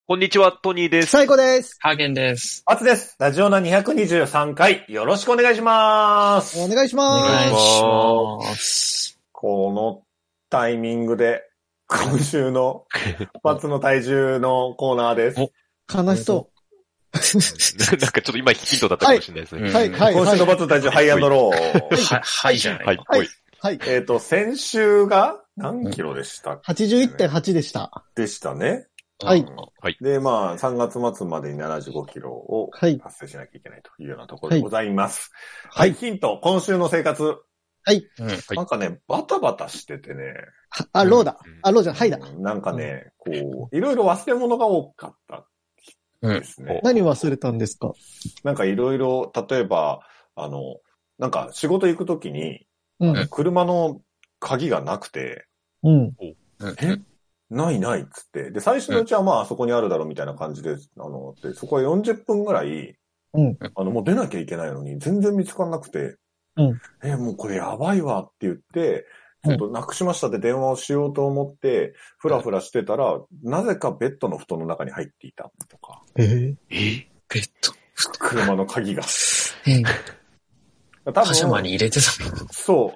こんにちは、トニーです。 最高です。 ハーゲンです。 アツです。ラジオナ223回、よろしくお願いします。 お願いします。 お願いします。 このタイミングで、今週のバツの体重のコーナーです。 悲しそう。 なんかちょっと今ヒントだったかもしれないですね。 はい、はい、 今週のバツの体重、ハイアンドロー。 はいじゃない。 はい、 はい。 先週が何キロでしたっけ、 81.8 でした。 でしたね。 はい。 で、まあ、3月末までに75キロを達成しなきゃいけないというようなところでございます。はい。ヒント、今週の生活。 はい。 なんかね、バタバタしててね。 あ、ローだ。あ、ローじゃん、はいだ。 なんかね、こう、いろいろ忘れ物が多かったですね。 何忘れたんですか？ なんかいろいろ、例えば、なんか仕事行くときに、車の鍵がなくて、ないっつって。で、最初のうちはまあそこにあるだろうみたいな感じで、で、そこは40分ぐらい、もう出なきゃいけないのに全然見つからなくて、もうこれやばいわって言って、ちょっとなくしましたって電話をしようと思って、ふらふらしてたら、なぜかベッドの布団の中に入っていたとか。 ベッド車の鍵が。 多分パジャマに入れてたの？ そう、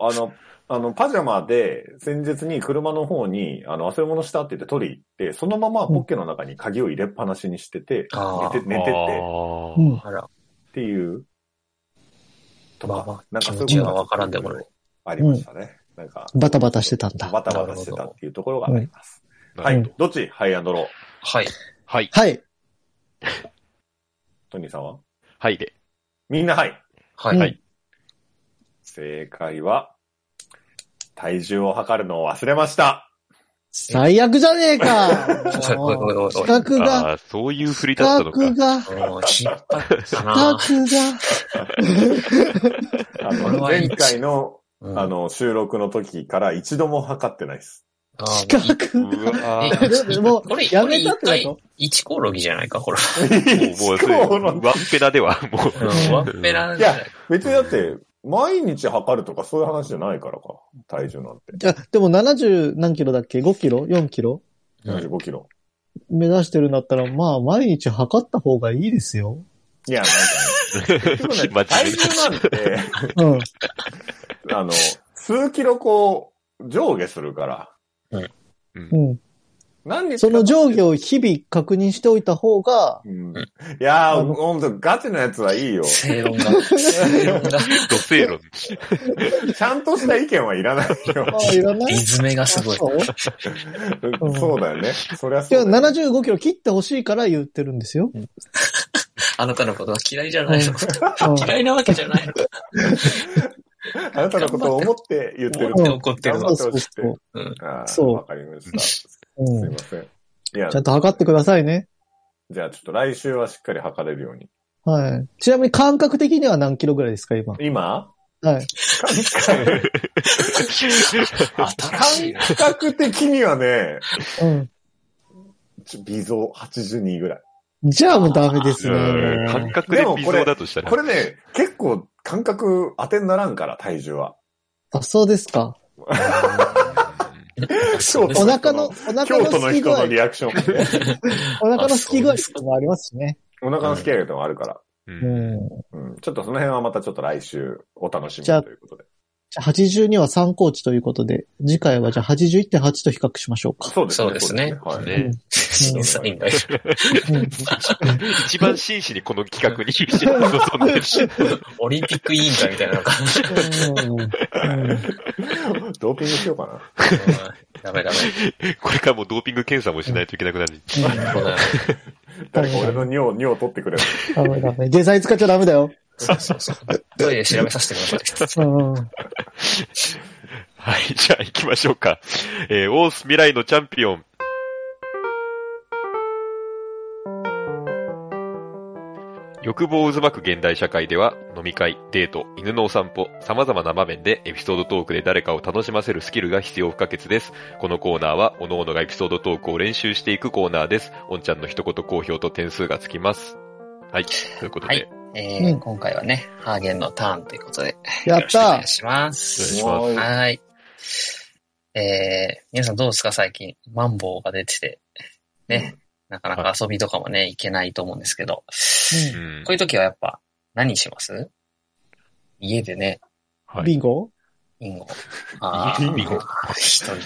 パジャマで、先日に車の方に、忘れ物したって言って取り行って、そのままポッケの中に鍵を入れっぱなしにしてて、寝てて、っていう、とか、なんかそういうことがわからんでもない。 ありましたね。なんか。 バタバタしてたんだ。 バタバタしてたっていうところがあります。はい。どっち？ハイアンドロー。 はい。 はい。 はい。 トニーさんは？ はいで。 みんなはい。 はい。 正解は、体重を測るのを忘れました。 最悪じゃねえか。企画が。 そういう振りだったのか。 企画が。 前回の、収録の時から一度も測ってないです。 企画もう、やめたってこと 1コオロギじゃないか、ほら。 もう、ワンペナでは、もう。 ワンペナいや、別にだって、毎日測るとかそういう話じゃないからか。体重なんて。 いや、でも70何キロだっけ ?5 キロ ?4 キロ ?75 キロ。 目指してるんだったら、まあ、毎日測った方がいいですよ。 いや、なんかね、体重なんて、数キロこう、上下するから。 その上下を日々確認しておいた方が、 いやー、ほんとガチのやつはいいよ。 正論が。 ド正論。 ちゃんとした意見はいらないよ。 いらない？ リズムがすごい。 そうだよね。そりゃそう。 75キロ切ってほしいから言ってるんですよ。 あなたのことは嫌いじゃないの。嫌いなわけじゃないの。 あなたのことを思って言ってる。 怒ってるの。 そう。 わかりました。すいません。 ちゃんと測ってくださいね。 じゃあちょっと来週はしっかり測れるように。 はい。ちなみに感覚的には何キロぐらいですか、今？はい。 感覚的にはね、微増82ぐらい。 じゃあもうダメですね。 感覚で微増だとしたら。 これね、結構感覚当てにならんから、体重は。 あ、そうですか。 お腹の京都の人のリアクション。 お腹の空き具合とかもありますしね。 お腹の空き具合とかもあるから。ちょっとその辺はまたちょっと来週お楽しみということで。 じゃあ82は参考値ということで、次回はじゃあ 81.8 と比較しましょうか。 そうですね。審査員がいる。 一番真摯にこの企画に臨んでる。 オリンピック委員会みたいな感じ。 ドーピングしようかな。 ダメ。 これからもうドーピング検査もしないといけなくなる。 誰か俺の尿を取ってくれる。 ダメ。デザイン使っちゃダメだよ。 そう。トイレ調べさせてください。 はい、じゃあ行きましょうか。オース未来のチャンピオン。欲望渦巻く現代社会では、飲み会、デート、犬のお散歩、様々な場面でエピソードトークで誰かを楽しませるスキルが必要不可欠です。このコーナーは、各々がエピソードトークを練習していくコーナーです。おんちゃんの一言好評と点数がつきます。はい、ということで。 今回はね、ハーゲンのターンということで。 やったー！ お願いします。はい。皆さんどうですか最近。マンボウが出てて。ね。 なかなか遊びとかもね、行けないと思うんですけど、こういう時はやっぱ何します？家でね。 ビンゴ？ ビンゴ。 ビンゴ。 一人で。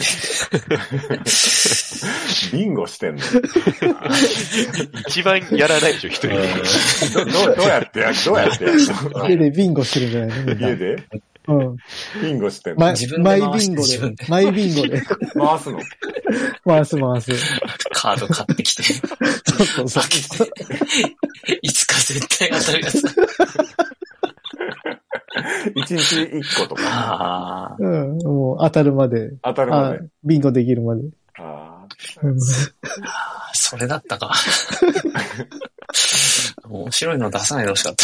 ビンゴしてんの？ 一番やらないでしょ、一人で。 どうやってやるの？ 家でビンゴしてるんじゃないの？ 家で？ビンゴしてんの？ マイビンゴで。マイビンゴで。 回すの？ 回す。 カード買ってきて。 そう。 いつか絶対当たるやつ。 一日一個とか。 もう当たるまで。ビンゴできるまで。 それだったか。面白いの出さないでほしかった。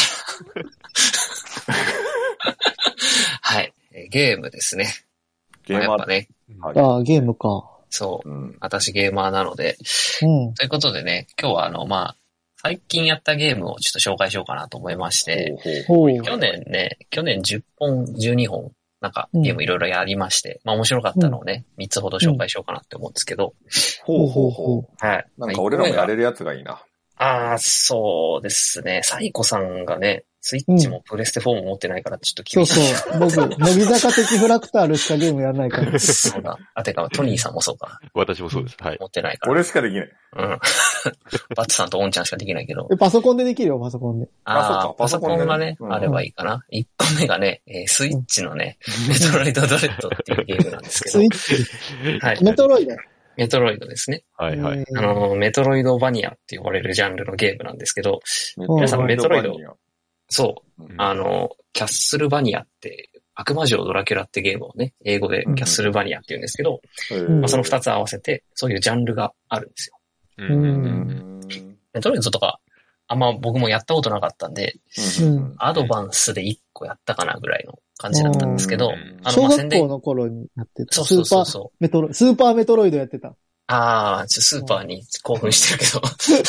はい。ゲームですね。 ゲームやっぱね。 ゲームか。 そう。私ゲーマーなので。ということでね、今日は最近やったゲームをちょっと紹介しようかなと思いまして、去年10本、12本、なんかゲームいろいろやりまして、面白かったのをね、3つほど紹介しようかなって思うんですけど。 はい。なんか俺らもやれるやつがいいな。 そうですね。サイコさんがね、スイッチもプレステ4も持ってないからちょっと厳しい。 そう。僕、乃木坂的フラクタールしかゲームやらないから。 そうだ。てか、トニーさんもそうか。 私もそうです。はい。 持ってないから。 俺しかできない。 バッツさんとオンちゃんしかできないけど。 パソコンでできるよ、パソコンで。 パソコンがね、あればいいかな。1個目がね、スイッチのね、メトロイドドレッドっていうゲームなんですけど。 スイッチはい。メトロイドですね。 はいはい。 メトロイドバニアって呼ばれるジャンルのゲームなんですけど、皆さんメトロイド、そう、キャッスルバニアって、悪魔城ドラキュラってゲームをね、英語でキャッスルバニアって言うんですけど、その2つ合わせて、そういうジャンルがあるんですよ。メトロイドとか、あんま僕もやったことなかったんで、アドバンスで1個やったかなぐらいの感じだったんですけど、 小学校の頃にやってた。 そう。 スーパーメトロイドやってた。 スーパーに興奮してるけど。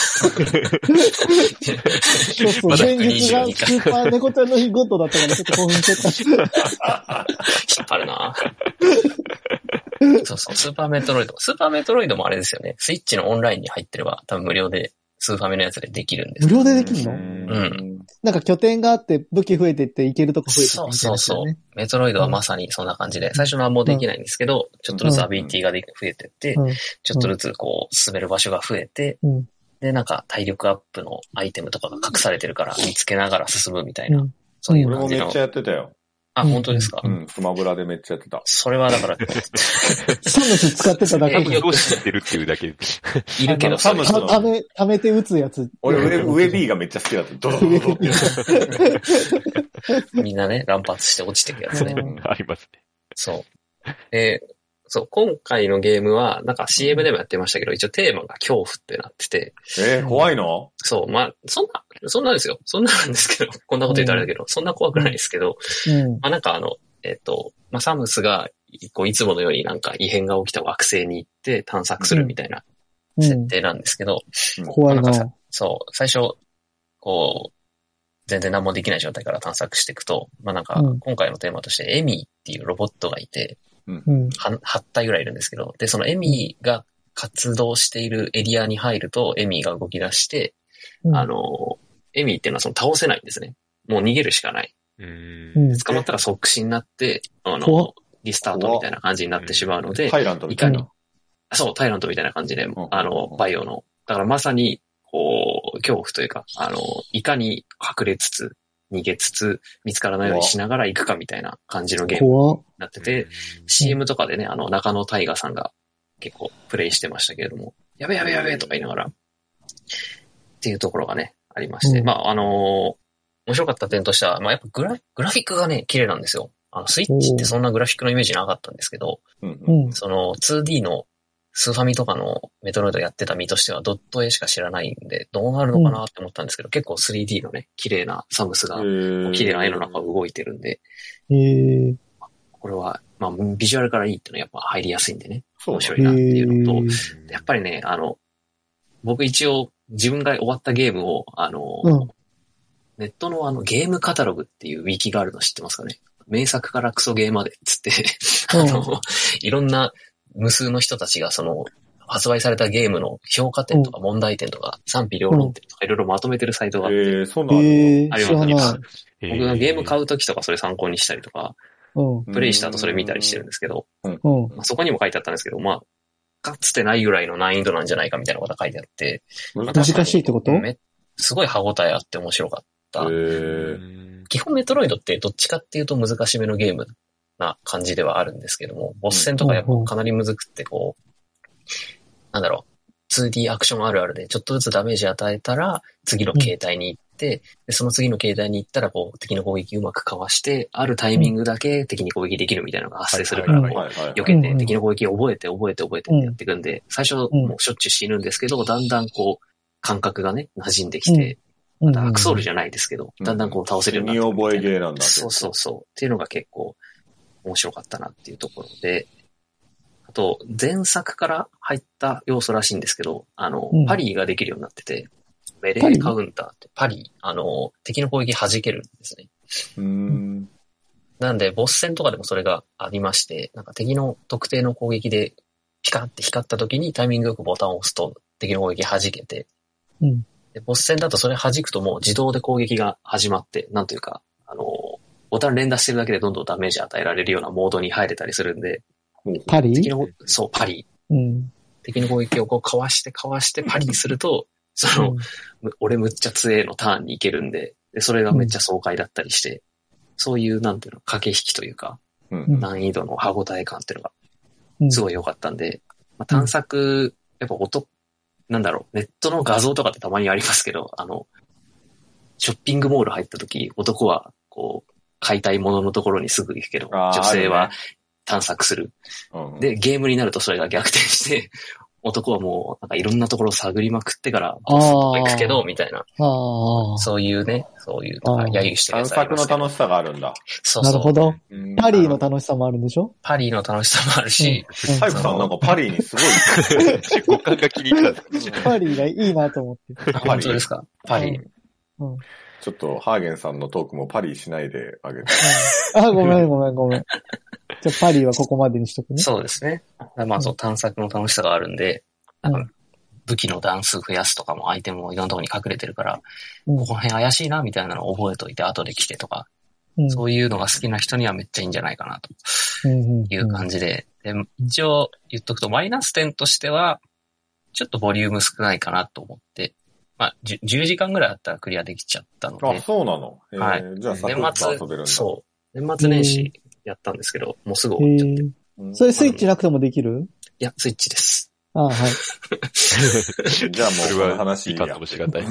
そう、現実がスーパー猫ちゃんの日ゴッドだったからちょっと興奮してた。引っ張るなそう、スーパーメトロイド。スーパーメトロイドもあれですよね。スイッチのオンラインに入ってれば多分無料でスーファミのやつでできるんです。 無料でできるの？なんか拠点があって武器増えていっていけるとこ増えていって、ね。 そう。メトロイドはまさにそんな感じで、最初のはもうできないんですけど、ちょっとずつアビリティが増えていって、ちょっとずつこう進める場所が増えて、で、なんか体力アップのアイテムとかが隠されてるから見つけながら進むみたいな。そういう感じの。 俺もめっちゃやってたよ。 本当ですか？ スマブラでめっちゃやってた。 それはだから、 サムス使ってただけで。よく知ってるっていうだけ。 いるけど、 サムス貯めて撃つやつ。 俺上 B がめっちゃ好きだった。ドドドドってみんなね、乱発して落ちてくやつね。 ありますね。 そう。今回のゲームは、なんか CM でもやってましたけど、一応テーマが恐怖ってなってて。 怖いの？ そう、そんなですよ。そんななんですけど、こんなこと言ったらあれだけど、そんな怖くないですけど、なんかサムスが、こう、いつものようになんか異変が起きた惑星に行って探索するみたいな設定なんですけど、 怖いな。 そう、最初、こう、全然何もできない状態から探索していくと、なんか、今回のテーマとしてエミーっていうロボットがいて、8体ぐらいいるんですけど、で、そのエミーが活動しているエリアに入ると、エミーが動き出して、エミーっていうのはその倒せないんですね。もう逃げるしかない。捕まったら即死になって、リスタートみたいな感じになってしまうので、 タイラントみたいな。 そう、タイラントみたいな感じで、バイオの。だからまさに、こう、恐怖というか、いかに隠れつつ、逃げつつ、見つからないようにしながら行くかみたいな感じのゲームになってて、CM とかでね、中野大河さんが結構プレイしてましたけれども、やべとか言いながら、っていうところがね、ありまして、面白かった点としては、やっぱグラフィックがね、綺麗なんですよ。スイッチってそんなグラフィックのイメージなかったんですけど、その 2D のスーファミとかのメトロイドやってた身としてはドット絵しか知らないんで、どうなるのかなって思ったんですけど、結構 3D のね、綺麗なサムスが、綺麗な絵の中を動いてるんで、これは、ビジュアルからいいっていうのはやっぱ入りやすいんでね、面白いなっていうのと、やっぱりね、僕一応自分が終わったゲームを、ネットのゲームカタログっていうウィキがあるの知ってますかね？名作からクソゲーまでっつって、いろんな無数の人たちが発売されたゲームの評価点とか問題点とか賛否両論点とかいろいろまとめてるサイトがあって。 そうなんだ。 ありますあります。僕がゲーム買うときとかそれ参考にしたりとか、プレイした後それ見たりしてるんですけど、そこにも書いてあったんですけど、まあ、かつてないぐらいの難易度なんじゃないかみたいなことが書いてあって、 難しいってこと？ すごい歯応えあって面白かった。基本メトロイドってどっちかっていうと難しめのゲームな感じではあるんですけども、ボス戦とかやっぱかなりむずくってこう、なんだろう、2D アクションあるあるでちょっとずつダメージ与えたら次の形態に行って、でその次の形態に行ったらこう敵の攻撃うまくかわして、あるタイミングだけ敵に攻撃できるみたいなのが発生するから、避けて敵の攻撃を覚えてってやっていくんで、最初もうしょっちゅう死ぬんですけど、だんだんこう感覚がね、馴染んできて、またアクソールじゃないですけど、だんだんこう倒せるようになってくるみたいな。 見覚えゲーなんだ。 そう。っていうのが結構面白かったなっていうところで、あと、前作から入った要素らしいんですけど、パリーができるようになってて、メレーカウンターって、パリー、敵の攻撃弾けるんですね。なんで、ボス戦とかでもそれがありまして、なんか敵の特定の攻撃でピカって光った時にタイミングよくボタンを押すと敵の攻撃弾けて、でボス戦だとそれ弾くともう自動で攻撃が始まって、なんというか、ボタン連打してるだけでどんどんダメージ与えられるようなモードに入れたりするんで、 パリ？ そう、パリ。敵の攻撃をこうかわしてパリにすると、俺むっちゃ強えのターンに行けるんで、それがめっちゃ爽快だったりして、そういう、なんていうの、駆け引きというか、難易度の歯応え感っていうのが、すごい良かったんで、探索、やっぱなんだろう、ネットの画像とかってたまにありますけど、ショッピングモール入った時、男は、こう、買いたいもののところにすぐ行くけど、女性は探索する。で、ゲームになるとそれが逆転して、男はもう、なんかいろんなところを探りまくってから、ボスとか行くけど、みたいな。そういうね、そういう、揶揄してるやつあります、ね。 探索の楽しさがあるんだ。 そう。なるほど。パリーの楽しさもあるんでしょ？ パリーの楽しさもあるし。 サイコさんなんかパリーにすごい、五感が気に入った。 パリーがいいなと思って。 本当ですか？パリー。 ちょっと、ハーゲンさんのトークもパリーしないであげて。 ごめん。じゃあパリーはここまでにしとくね。 そうですね。まあそう、探索の楽しさがあるんで、武器の段数増やすとかもアイテムもいろんなところに隠れてるから、ここら辺怪しいなみたいなのを覚えといて後で来てとか、そういうのが好きな人にはめっちゃいいんじゃないかなという感じで、一応言っとくとマイナス点としては、ちょっとボリューム少ないかなと思って、まあ、10時間ぐらいあったらクリアできちゃったので。 あ、そうなの？ はい。 じゃあサクッと遊べるんだ。 そう。年末年始やったんですけど、もうすぐ終わっちゃって。 それスイッチなくてもできる？ いや、スイッチです。 はい。 じゃあもうこの話いいかもしれない。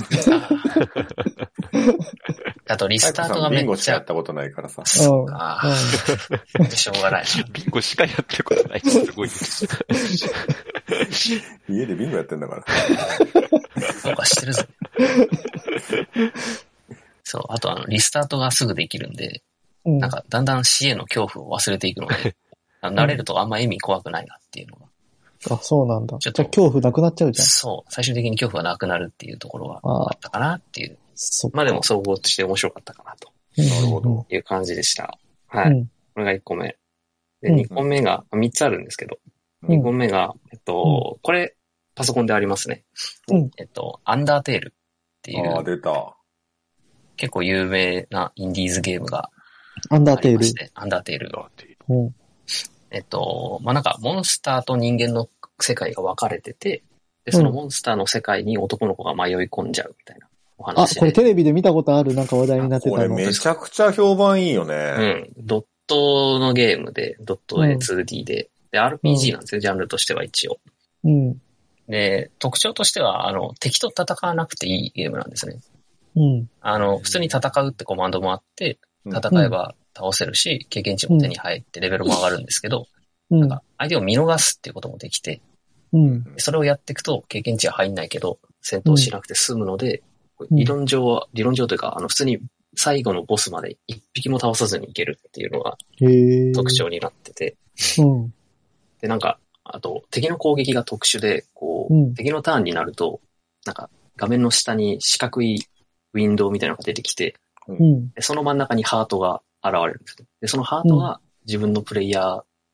あとリスタートがめっちゃ。 ビンゴしかやったことないからさ。 そうか。しょうがない。 ビンゴしかやったことない。すごい。 家でビンゴやってんだから。 どうかしてるぞ。そう。あとリスタートがすぐできるんで、なんかだんだん死への恐怖を忘れていくので、慣れるとあんま意味怖くないなっていうのが。 あ、そうなんだ。じゃあ恐怖なくなっちゃうじゃん。 そう。最終的に恐怖がなくなるっていうところがあったかなっていう。まあでも総合として面白かったかなと。 なるほど。 いう感じでした。はい。これが1個目。で、2個目が、3つあるんですけど、2個目が、これ、パソコンでありますね。アンダーテールっていう。 あ、出た。 結構有名なインディーズゲームがアンダーテール。 アンダーテール。まあ、なんか、モンスターと人間の世界が分かれてて、で、そのモンスターの世界に男の子が迷い込んじゃうみたいなお話で。 これテレビで見たことある、なんか話題になってたの。 これめちゃくちゃ評判いいよね。 ドットのゲームで、ドットで 2D で、で、RPG なんですよ、ジャンルとしては一応。で、特徴としては、敵と戦わなくていいゲームなんですね。普通に戦うってコマンドもあって、戦えば倒せるし、経験値も手に入ってレベルも上がるんですけど、なんか相手を見逃すっていうこともできて、それをやっていくと経験値は入んないけど、戦闘しなくて済むので、理論上というか、普通に最後のボスまで一匹も倒さずにいけるっていうのが特徴になってて、で、なんか、あと、敵の攻撃が特殊で、敵のターンになると、なんか、画面の下に四角いウィンドウみたいなのが出てきて、でその真ん中にハートが現れるんです。で、そのハートが自分のプレイヤー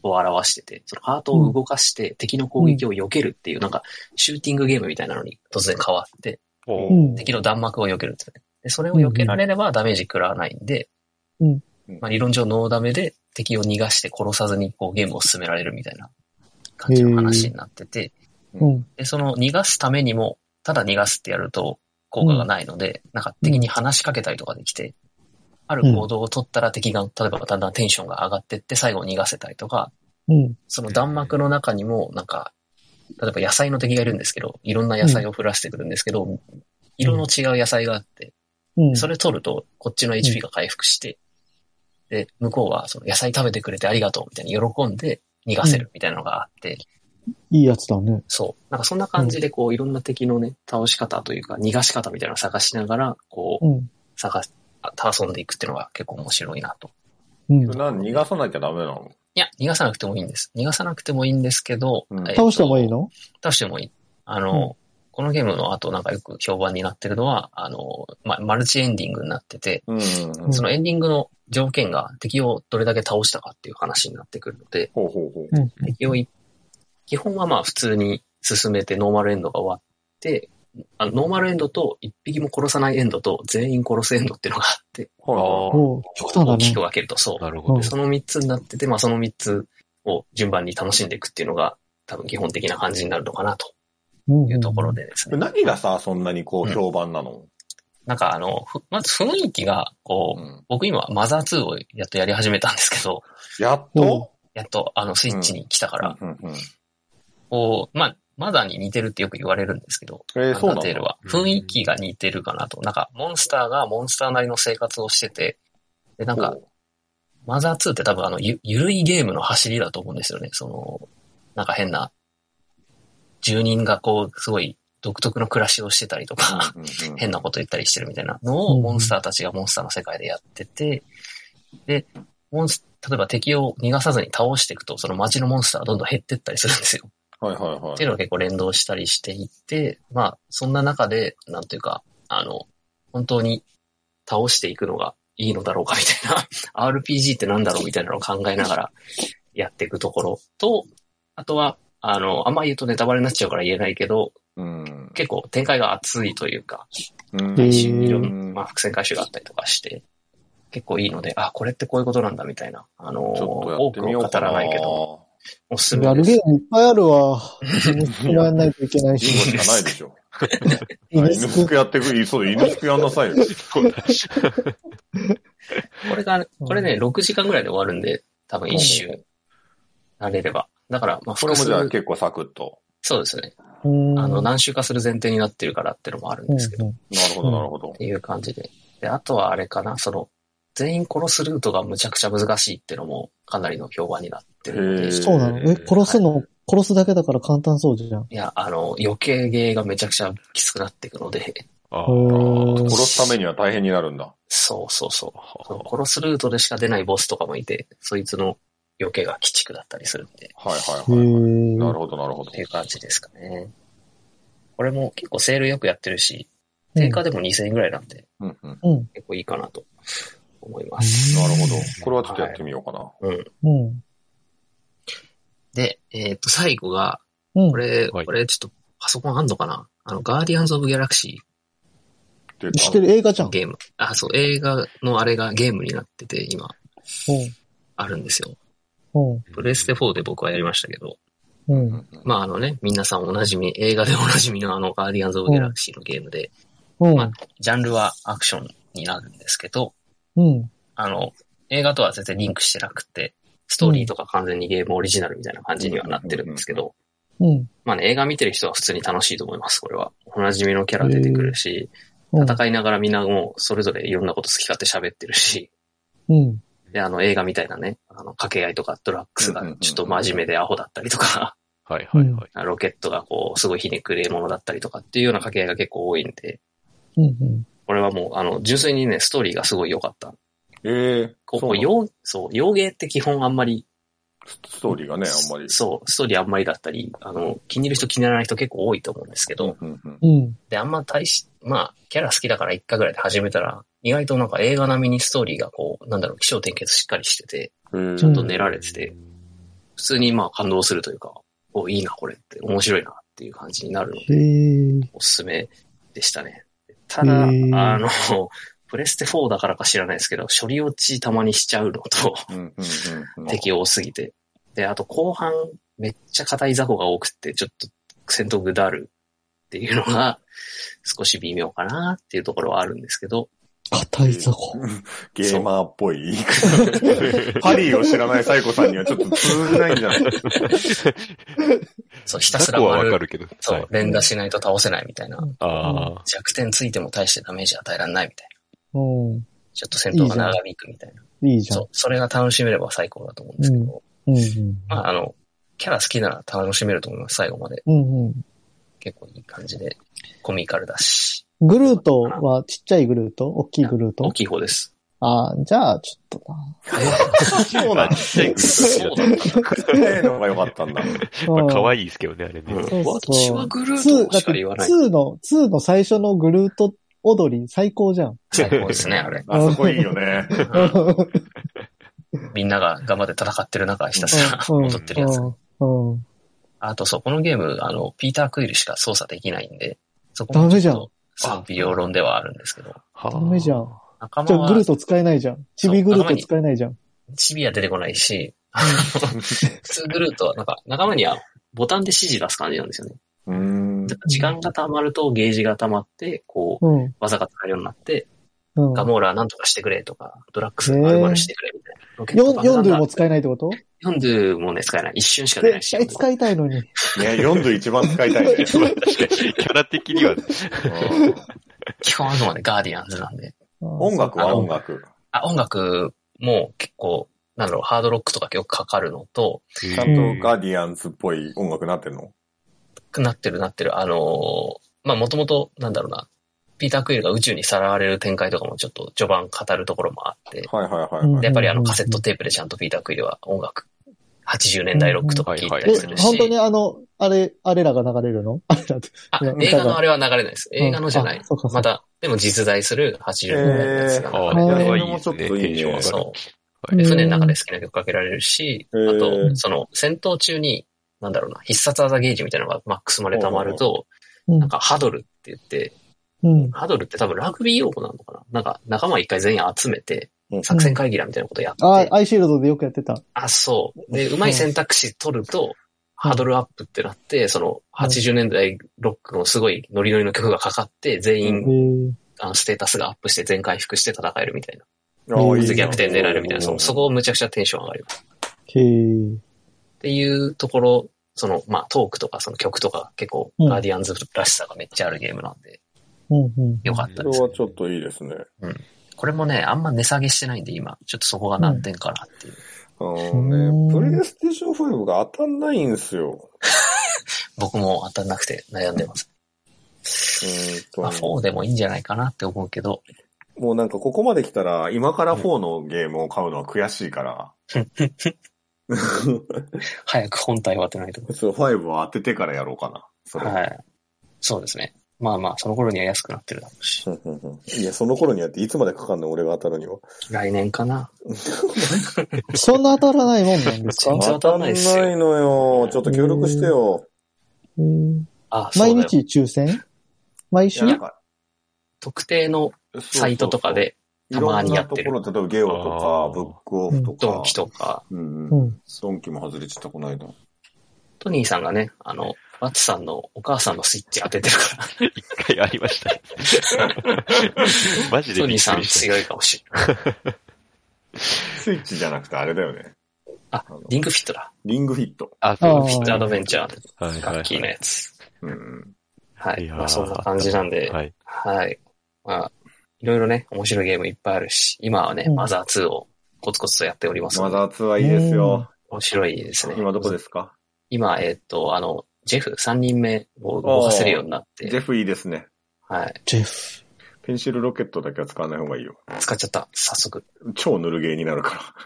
を表してて、そのハートを動かして敵の攻撃を避けるっていう、なんか、シューティングゲームみたいなのに突然変わって、敵の弾幕を避けるんですよね。で、それを避けられればダメージ食らわないんで、まあ、理論上ノーダメで敵を逃がして殺さずにこうゲームを進められるみたいな感じの話になってて、で、その逃がすためにも、ただ逃がすってやると効果がないので、なんか敵に話しかけたりとかできて、ある行動を取ったら敵が、例えばだんだんテンションが上がってって最後逃がせたりとか、その弾幕の中にもなんか、例えば野菜の敵がいるんですけど、いろんな野菜を降らしてくるんですけど、色の違う野菜があって、それ取るとこっちの HP が回復して、で、向こうはその野菜食べてくれてありがとうみたいに喜んで逃がせるみたいなのがあって、 いいやつだね。 そう。なんかそんな感じでこういろんな敵のね、倒し方というか逃がし方みたいなのを探しながら、こう、遊んでいくっていうのが結構面白いなと。 逃がさなきゃダメなの？ いや、逃がさなくてもいいんです。逃がさなくてもいいんですけど、 倒してもいいの？ 倒してもいい。このゲームの後なんかよく評判になってるのは、マルチエンディングになってて、そのエンディングの条件が敵をどれだけ倒したかっていう話になってくるので、敵を基本はまあ普通に進めてノーマルエンドが終わって、ノーマルエンドと一匹も殺さないエンドと全員殺すエンドっていうのがあって、大きく分けるとそう。 なるほど。 その3つになってて、まあその3つを順番に楽しんでいくっていうのが多分基本的な感じになるのかなというところでですね。 何がさ、そんなにこう評判なの？ なんかまず雰囲気が、こう、僕今マザー2をやっとやり始めたんですけど、 やっとスイッチに来たから、こう、マザーに似てるってよく言われるんですけど、 そうなんだ。 テールは雰囲気が似てるかなと。なんか、モンスターがモンスターなりの生活をしてて、で、なんか、マザー2って多分ゆるいゲームの走りだと思うんですよね。なんか変な、住人がこう、すごい独特の暮らしをしてたりとか、変なこと言ったりしてるみたいなのを、モンスターたちがモンスターの世界でやってて、で、例えば敵を逃がさずに倒していくと、その街のモンスターがどんどん減ってったりするんですよ。っていうのが結構連動したりしていて、まあ、そんな中で、なんていうか、本当に倒していくのがいいのだろうかみたいな、RPG ってなんだろうみたいなのを考えながらやっていくところと、あとは、あんま言うとネタバレになっちゃうから言えないけど、結構展開が熱いというか、いろんな伏線回収があったりとかして、結構いいので、これってこういうことなんだみたいな、多くを語らないけど、おすすめです。 やるゲームいっぱいあるわ。やんないといけないし。 犬しかないでしょ。犬スクやってくる、そうで、犬スクやんなさいよ。 これね、6時間ぐらいで終わるんで、多分一周慣れれば。だから、まあ、 これもじゃあ結構サクッと。 そうですね。何周かする前提になってるからっていうのもあるんですけど。 なるほど、なるほど。 っていう感じで。で、あとはあれかな、全員殺すルートがむちゃくちゃ難しいっていうのもかなりの評判になってるので。 そうなの？殺すだけだから簡単そうじゃん。 いや、余計ゲーがめちゃくちゃきつくなっていくので。 殺すためには大変になるんだ。 そう。殺すルートでしか出ないボスとかもいて、そいつの余計が鬼畜だったりするんで。なるほど、なるほど。っていう感じですかね。これも結構セールよくやってるし、定価でも2000円ぐらいなんで、結構いいかなと思います。 なるほど。これはちょっとやってみようかな。 で、最後が、これちょっとパソコンあんのかな？ガーディアンズ・オブ・ギャラクシー。知ってる映画じゃん。 ゲーム。そう、映画のあれがゲームになってて、今、あるんですよ。プレステ4で僕はやりましたけど、まあ皆さんおなじみ、映画でおなじみのガーディアンズ・オブ・ギャラクシーのゲームで、まあ、ジャンルはアクションになるんですけど、映画とは全然リンクしてなくて、ストーリーとか完全にゲームオリジナルみたいな感じにはなってるんですけど、まあね、映画見てる人は普通に楽しいと思います、これは。おなじみのキャラ出てくるし、戦いながらみんなもうそれぞれいろんなこと好き勝手喋ってるし、で、映画みたいなね、掛け合いとかドラッグスがちょっと真面目でアホだったりとか、ロケットがこう、すごいひねくれ者だったりとかっていうような掛け合いが結構多いんで、これはもう、純粋にね、ストーリーがすごい良かった。洋芸って基本あんまり、 ストーリーがね、あんまり。 そう、ストーリーあんまりだったり、気に入る人気に入らない人結構多いと思うんですけど、で、あんままあ、キャラ好きだから1回ぐらいで始めたら、意外となんか映画並みにストーリーがこう、気象転結しっかりしてて、ちゃんと練られてて、 普通にまあ感動するというか、お、いいな、これって面白いなっていう感じになるので、おすすめでしたね。ただ、プレステ4だからか知らないですけど、処理落ちたまにしちゃうのと、敵多すぎて。で、あと後半、めっちゃ硬い雑魚が多くて、ちょっと戦闘ぐだるっていうのが、少し微妙かなっていうところはあるんですけど。 硬い雑魚。 ゲーマーっぽい。パリーを知らないサイコさんにはちょっと通じないんじゃないそう、ひたすらはわかるけど。 そう、連打しないと倒せないみたいな。 弱点ついても大してダメージ与えられないみたいな。ちょっと戦闘が長引くみたいな。 いいじゃん。 そう、それが楽しめれば最高だと思うんですけど。まあ、キャラ好きなら楽しめると思います、最後まで。結構いい感じで、コミカルだし。 グルートはちっちゃいグルート？大きいグルート？ 大きい方です。 じゃあ、ちょっとな。 そうなんちっちゃいグルート。ちっちゃいのが良かったんだ。 まあ、可愛いですけどね、あれね。 私はグルートしか言わない。 2の最初のグルート踊り最高じゃん。 最高ですね、あれ。 あそこいいよね。 みんなが頑張って戦ってる中、ひたすら踊ってるやつ。あとそう、このゲーム、ピーター・クイルしか操作できないんで、そこもちょっと賛否両論ではあるんですけど。 ダメじゃん。じゃあグルート使えないじゃん。チビグルート使えないじゃん。 チビは出てこないし、普通グルートはなんか仲間にはボタンで指示出す感じなんですよね。時間が溜まるとゲージが溜まって、こう、技が使えるようになって、ガモーラなんとかしてくれとか、ドラッグス丸々してくれみたいな。 ヨンドゥも使えないってこと？ ヨンドゥもね、使えない。一瞬しか出ないし。 絶対使いたいのに。 ね、ヨンドゥ一番使いたいね。 確かに、キャラ的には。 基本あくまでガーディアンズなんで。 音楽は音楽。 音楽も結構、なんだろう、ハードロックとかよくかかるのと。 ちゃんとガーディアンズっぽい音楽なってるの？ なってる。まあ、もともと、なんだろうな、ピーター・クイルが宇宙にさらわれる展開とかもちょっと序盤語るところもあって。で、やっぱりカセットテープでちゃんとピーター・クイルは音楽、80年代ロックとか聴いたりするし。 本当にあれらが流れるの？ 映画のあれは流れないです。映画のじゃない。また、でも実在する80年代のやつが流れてる。 ちょっといいね。 そう。船の中で好きな曲かけられるし、あと、戦闘中に、なんだろうな、必殺技ゲージみたいなのがマックスまで溜まると、なんかハドルって言って、ハドルって多分ラグビー用語なのかな？なんか仲間一回全員集めて、作戦会議だみたいなことやって。 アイシールドでよくやってた。 そう。で、うまい選択肢取ると、ハドルアップってなって、80年代ロックのすごいノリノリの曲がかかって、全員、ステータスがアップして全回復して戦えるみたいな。逆転狙えるみたいな。そこをむちゃくちゃテンション上がります。っていうところ、まあ、トークとか曲とか結構ガーディアンズらしさがめっちゃあるゲームなんで、よかったです。 それはちょっといいですね。 これもね、あんま値下げしてないんで今、ちょっとそこが難点かなっていう。 プレイステーション5が当たんないんすよ。 僕も当たんなくて悩んでます。まあ、4でもいいんじゃないかなって思うけど。 もうなんかここまで来たら、今から4のゲームを買うのは悔しいから。 早く本体を当てないと。 そう、5を当ててからやろうかな。 はい。そうですね。まあまあ、その頃には安くなってるだろうし。 いや、その頃にやっていつまでかかんの俺が当たるには。 来年かな。 そんな当たらないもんなんですか？ 当たらないのよ。ちょっと協力してよ。 毎日抽選？毎週？ 特定のサイトとかでたまにやってる。 いろんなところ、例えばゲオとか、ブックオフとか。 ドンキとか。 ドンキも外れちゃった、この間。 トニーさんがね、ワッツさんのお母さんのスイッチ当ててるから。 一回ありました。マジで。 トニーさん強いかもしれない。 スイッチじゃなくてあれだよね。 リングフィットだ。 リングフィット。 リングフィットアドベンチャー。楽器のやつ。はい。まあそんな感じなんで。はい。まあ、いろいろね、面白いゲームいっぱいあるし、今はね、マザー2をコツコツとやっております。 マザー2はいいですよ。 面白いですね。 今どこですか？ 今、ジェフ3人目を動かせるようになって。 ジェフいいですね。 はい。 ジェフ。 ペンシルロケットだけは使わない方がいいよ。 使っちゃった、早速。 超ぬるゲーになるから。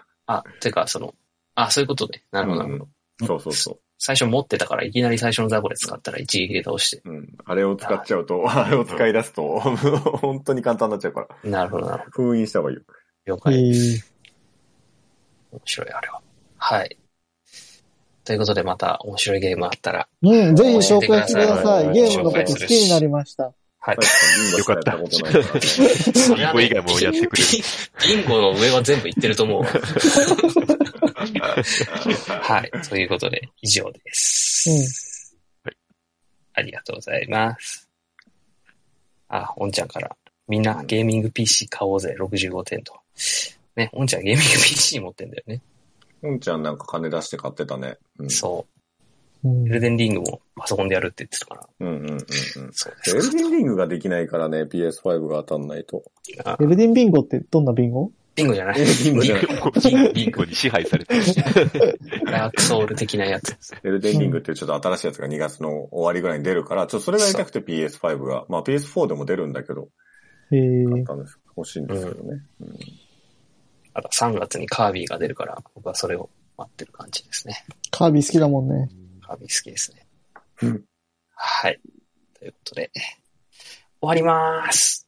てか、そういうことね。なるほど、なるほど。そう。 最初持ってたから、いきなり最初のザコで使ったら一撃で倒して。 あれを使っちゃうと、あれを使い出すと、本当に簡単になっちゃうから。 なるほど、なるほど。 封印した方がいいよ。 了解です。面白い、あれは。はい。 ということでまた面白いゲームあったら。 ぜひ紹介してください。ゲームのこと好きになりました。 はい。 よかった。ビンゴ以外もやってくれる。 ビンゴの上は全部いってると思う。はい。ということで、以上です。はい。ありがとうございます。おんちゃんから、みんなゲーミング PC 買おうぜ、65点と。ね、おんちゃんゲーミング PC 持ってんだよね。 おんちゃんなんか金出して買ってたね。 そう。エルデンリングもパソコンでやるって言ってたから。 そうです。エルデンリングができないからね、PS5 が当たんないと。 エルデンビンゴってどんなビンゴ？ ビンゴじゃない。 ビンゴに支配されてる。 ダークソウル的なやつ。 エルデンリングっていうちょっと新しいやつが2月の終わりぐらいに出るから、それがやりたくて PS5 が、まあ PS4 でも出るんだけど、買ったんです。欲しいんですけどね。 あと3月にカービィが出るから、僕はそれを待ってる感じですね。 カービィ好きだもんね。 カービィ好きですね。はい。ということで、終わりまーす。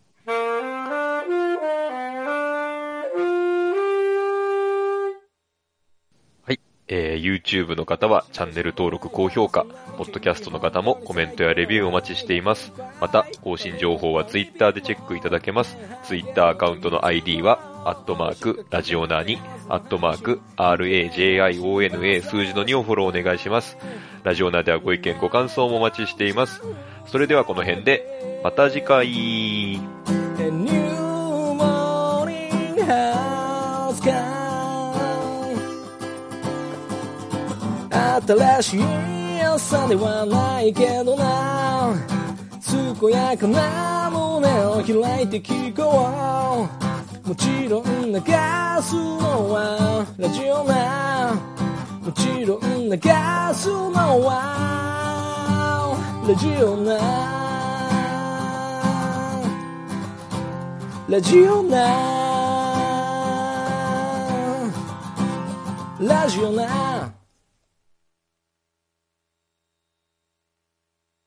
はい。YouTube の方はチャンネル登録、高評価、Podcast の方もコメントやレビューお待ちしています。また、更新情報は Twitter でチェックいただけます。Twitter アカウントの ID は、ラジオナーに、RAJIONA 数字の2をフォローお願いします。ラジオナーではご意見ご感想もお待ちしています。それではこの辺で、また次回。 新しい朝ではないけどな、健やかな胸を開いて聞こう。もちろん流すのはラジオな、もちろん流すのはラジオな、ラジオな、ラジオな。